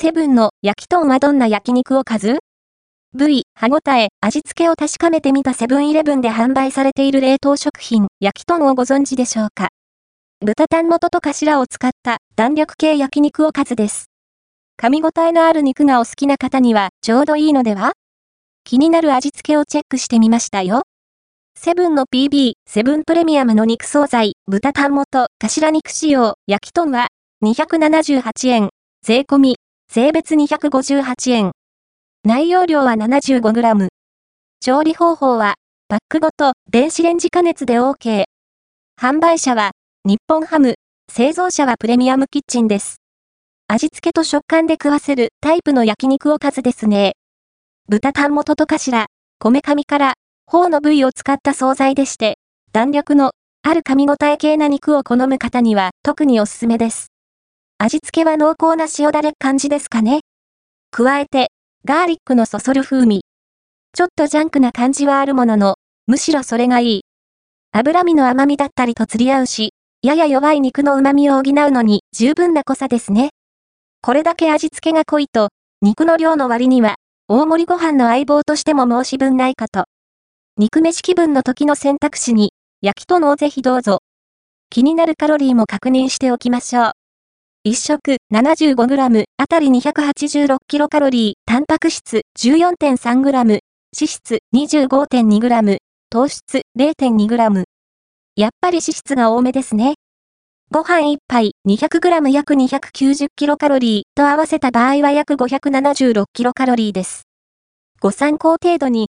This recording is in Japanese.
セブンの焼き豚はどんな焼肉おかず？部位、歯ごたえ、味付けを確かめてみたセブンイレブンで販売されている冷凍食品、焼き豚をご存知でしょうか？豚タン元と頭を使った弾力系焼肉おかずです。噛み応えのある肉がお好きな方にはちょうどいいのでは？気になる味付けをチェックしてみましたよ。セブンの PB、セブンプレミアムの肉惣菜、豚タン元、頭肉使用、焼き豚は278円、税込み、税別258円。内容量は 75g。調理方法は、パックごと電子レンジ加熱で OK。販売者は、日本ハム、製造者はプレミアムキッチンです。味付けと食感で食わせるタイプの焼肉おかずですね。豚タン元と頭、こめかみから、頬の部位を使った惣菜でして、弾力のある噛み応え系な肉を好む方には特におすすめです。味付けは濃厚な塩だれ感じですかね。加えて、ガーリックのそそる風味。ちょっとジャンクな感じはあるものの、むしろそれがいい。脂身の甘みだったりと釣り合うし、やや弱い肉の旨味を補うのに十分な濃さですね。これだけ味付けが濃いと、肉の量の割には、大盛りご飯の相棒としても申し分ないかと。肉飯気分の時の選択肢に、焼き豚をぜひどうぞ。気になるカロリーも確認しておきましょう。1食 75g あたり 286kcal、タンパク質 14.3g、脂質 25.2g、糖質 0.2g。やっぱり脂質が多めですね。ご飯1杯 200g 約 290kcal と合わせた場合は約 576kcal です。ご参考程度に